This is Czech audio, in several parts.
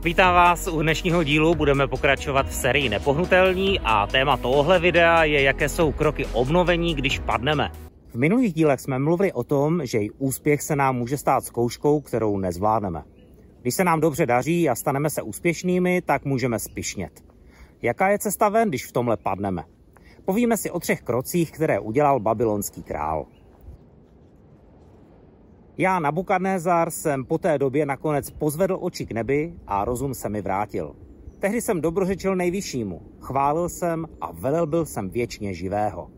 Vítám vás u dnešního dílu, budeme pokračovat v sérii Nepohnutelní a téma tohohle videa je, jaké jsou kroky obnovení, když padneme. V minulých dílech jsme mluvili o tom, že i úspěch se nám může stát zkouškou, kterou nezvládneme. Když se nám dobře daří a staneme se úspěšnými, tak můžeme spišnět. Jaká je cesta ven, když v tomhle padneme? Povíme si o 3 krocích, které udělal babylonský král. Já, Nabukadnézar, jsem po té době nakonec pozvedl oči k nebi a rozum se mi vrátil. Tehdy jsem dobrořečil nejvyššímu, chválil jsem a velelbil jsem věčně živého.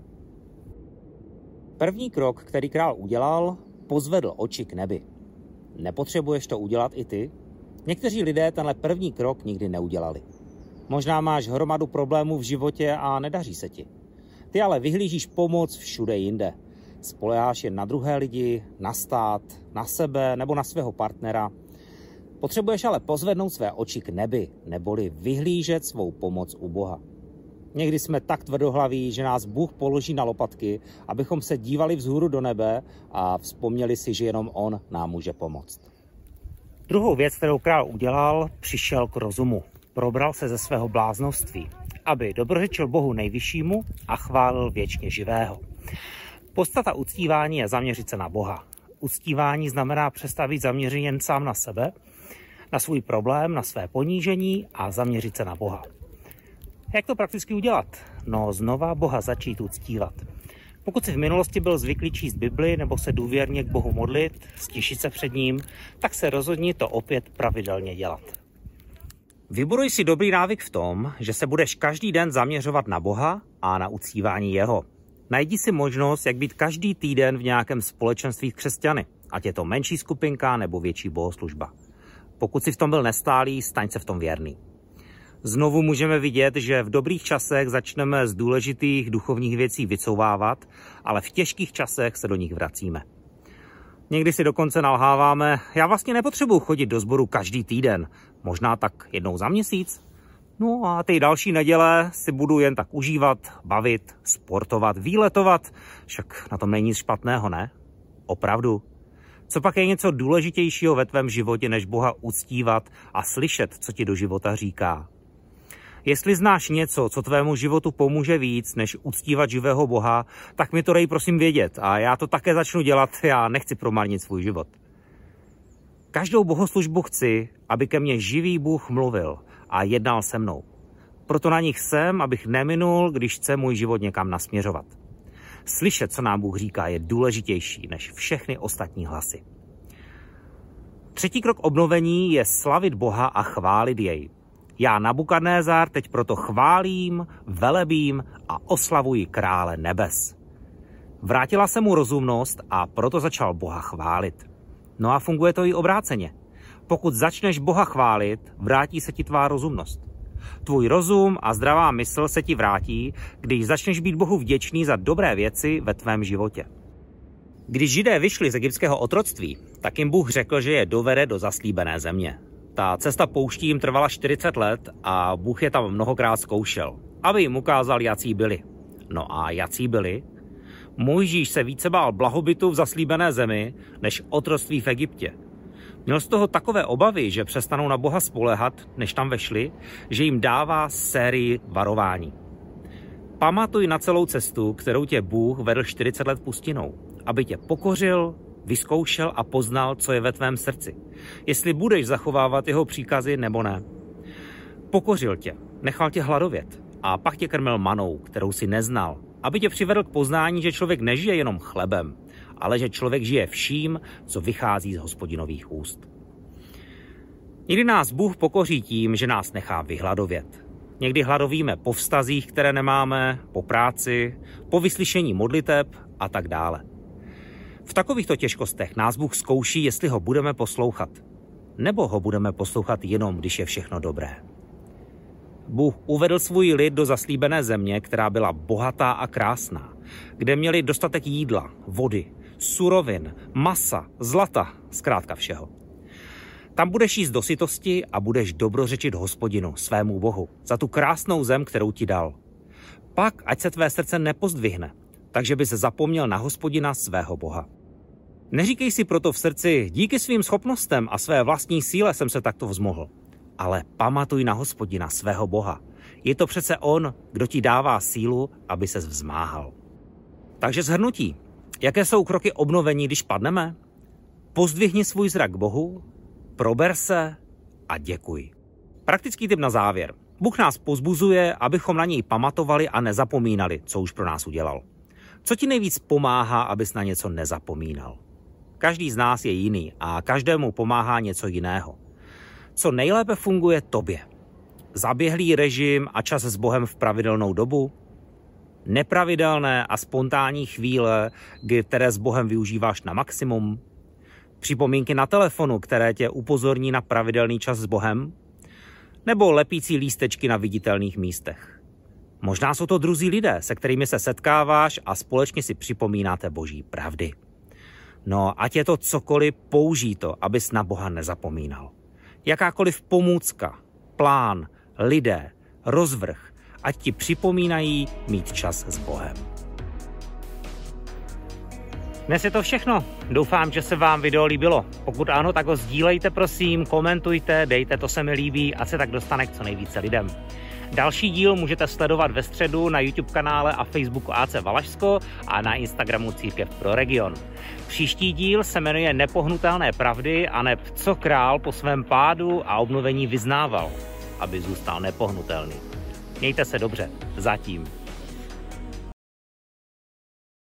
První krok, který král udělal, pozvedl oči k nebi. Nepotřebuješ to udělat i ty? Někteří lidé tenhle první krok nikdy neudělali. Možná máš hromadu problémů v životě a nedaří se ti. Ty ale vyhlížíš pomoc všude jinde. Spoléháš jen na druhé lidi, na stát, na sebe nebo na svého partnera. Potřebuješ ale pozvednout své oči k nebi, neboli vyhlížet svou pomoc u Boha. Někdy jsme tak tvrdohlaví, že nás Bůh položí na lopatky, abychom se dívali vzhůru do nebe a vzpomněli si, že jenom On nám může pomoct. Druhou věc, kterou král udělal, přišel k rozumu. Probral se ze svého bláznovství, aby dobrořečil Bohu nejvyššímu a chválil věčně živého. Podstata uctívání je zaměřit se na Boha. Uctívání znamená přestat být zaměřen jen sám na sebe, na svůj problém, na své ponížení a zaměřit se na Boha. Jak to prakticky udělat? No, znova Boha začít uctívat. Pokud jsi v minulosti byl zvyklý číst Bibli nebo se důvěrně k Bohu modlit, stišit se před ním, tak se rozhodni to opět pravidelně dělat. Vybuduj si dobrý návyk v tom, že se budeš každý den zaměřovat na Boha a na uctívání jeho. Najdi si možnost, jak být každý týden v nějakém společenství křesťany, ať je to menší skupinka nebo větší bohoslužba. Pokud si v tom byl nestálý, staň se v tom věrný. Znovu můžeme vidět, že v dobrých časech začneme z důležitých duchovních věcí vycouvávat, ale v těžkých časech se do nich vracíme. Někdy si dokonce nalháváme, já vlastně nepotřebuji chodit do sboru každý týden, možná tak jednou za měsíc. No a ty další neděle si budu jen tak užívat, bavit, sportovat, výletovat. Však na tom není nic špatného, ne? Opravdu. Co pak je něco důležitějšího ve tvém životě, než Boha uctívat a slyšet, co ti do života říká? Jestli znáš něco, co tvému životu pomůže víc, než uctívat živého Boha, tak mi to dej prosím vědět a já to také začnu dělat, já nechci promarnit svůj život. Každou bohoslužbu chci, aby ke mně živý Bůh mluvil a jednal se mnou. Proto na nich jsem, abych neminul, když chce můj život někam nasměřovat. Slyšet, co nám Bůh říká, je důležitější než všechny ostatní hlasy. Třetí krok obnovení je slavit Boha a chválit jej. Já, Nabukadnézar, teď proto chválím, velebím a oslavuji krále nebes. Vrátila se mu rozumnost a proto začal Boha chválit. No a funguje to i obráceně. Pokud začneš Boha chválit, vrátí se ti tvá rozumnost. Tvůj rozum a zdravá mysl se ti vrátí, když začneš být Bohu vděčný za dobré věci ve tvém životě. Když Židé vyšli z egyptského otroctví, tak jim Bůh řekl, že je dovede do zaslíbené země. Ta cesta pouští jim trvala 40 let a Bůh je tam mnohokrát zkoušel, aby jim ukázal, jací byli. No a jací byli? Mojžíš se více bál blahobytu v zaslíbené zemi, než otroctví v Egyptě. Měl z toho takové obavy, že přestanou na Boha spoléhat, než tam vešli, že jim dává sérii varování. Pamatuj na celou cestu, kterou tě Bůh vedl 40 let pustinou, aby tě pokořil, vyzkoušel a poznal, co je ve tvém srdci. Jestli budeš zachovávat jeho příkazy nebo ne. Pokořil tě, nechal tě hladovět a pak tě krmil manou, kterou si neznal, aby tě přivedl k poznání, že člověk nežije jenom chlebem, ale že člověk žije vším, co vychází z Hospodinových úst. Někdy nás Bůh pokoří tím, že nás nechá vyhladovět. Někdy hladovíme po vztazích, které nemáme, po práci, po vyslyšení modliteb a tak dále. V takovýchto těžkostech nás Bůh zkouší, jestli ho budeme poslouchat. Nebo ho budeme poslouchat jenom, když je všechno dobré. Bůh uvedl svůj lid do zaslíbené země, která byla bohatá a krásná, kde měli dostatek jídla, vody, surovin, masa, zlata, zkrátka všeho. Tam budeš jíst do sytosti a budeš dobrořečit Hospodinu, svému Bohu, za tu krásnou zem, kterou ti dal. Pak ať se tvé srdce nepozdvihne, takže by se zapomněl na Hospodina, svého Boha. Neříkej si proto v srdci, díky svým schopnostem a své vlastní síle jsem se takto vzmohl. ale pamatuj na Hospodina, svého Boha. Je to přece on, kdo ti dává sílu, aby ses vzmáhal. Takže shrnutí. Jaké jsou kroky obnovení, když padneme? Pozdvihni svůj zrak k Bohu, prober se a děkuj. Praktický tip na závěr. Bůh nás pozbuzuje, abychom na něj pamatovali a nezapomínali, co už pro nás udělal. Co ti nejvíc pomáhá, abys na něco nezapomínal? Každý z nás je jiný a každému pomáhá něco jiného. Co nejlépe funguje tobě? Zaběhlý režim a čas s Bohem v pravidelnou dobu? Nepravidelné a spontánní chvíle, které s Bohem využíváš na maximum? Připomínky na telefonu, které tě upozorní na pravidelný čas s Bohem? Nebo lepící lístečky na viditelných místech? Možná jsou to druzí lidé, se kterými se setkáváš a společně si připomínáte Boží pravdy. No, ať je to cokoliv, použij to, abys na Boha nezapomínal. Jakákoliv pomůcka, plán, lidé, rozvrh, ať ti připomínají mít čas s Bohem. Dnes je to všechno. Doufám, že se vám video líbilo. Pokud ano, tak ho sdílejte prosím, komentujte, dejte, to se mi líbí, ať se tak dostane k co nejvíce lidem. Další díl můžete sledovat ve středu na YouTube kanále a Facebooku AC Valašsko a na Instagramu Církev pro region. Příští díl se jmenuje Nepohnutelné pravdy aneb co král po svém pádu a obnovení vyznával, aby zůstal nepohnutelný. Mějte se dobře. Zatím.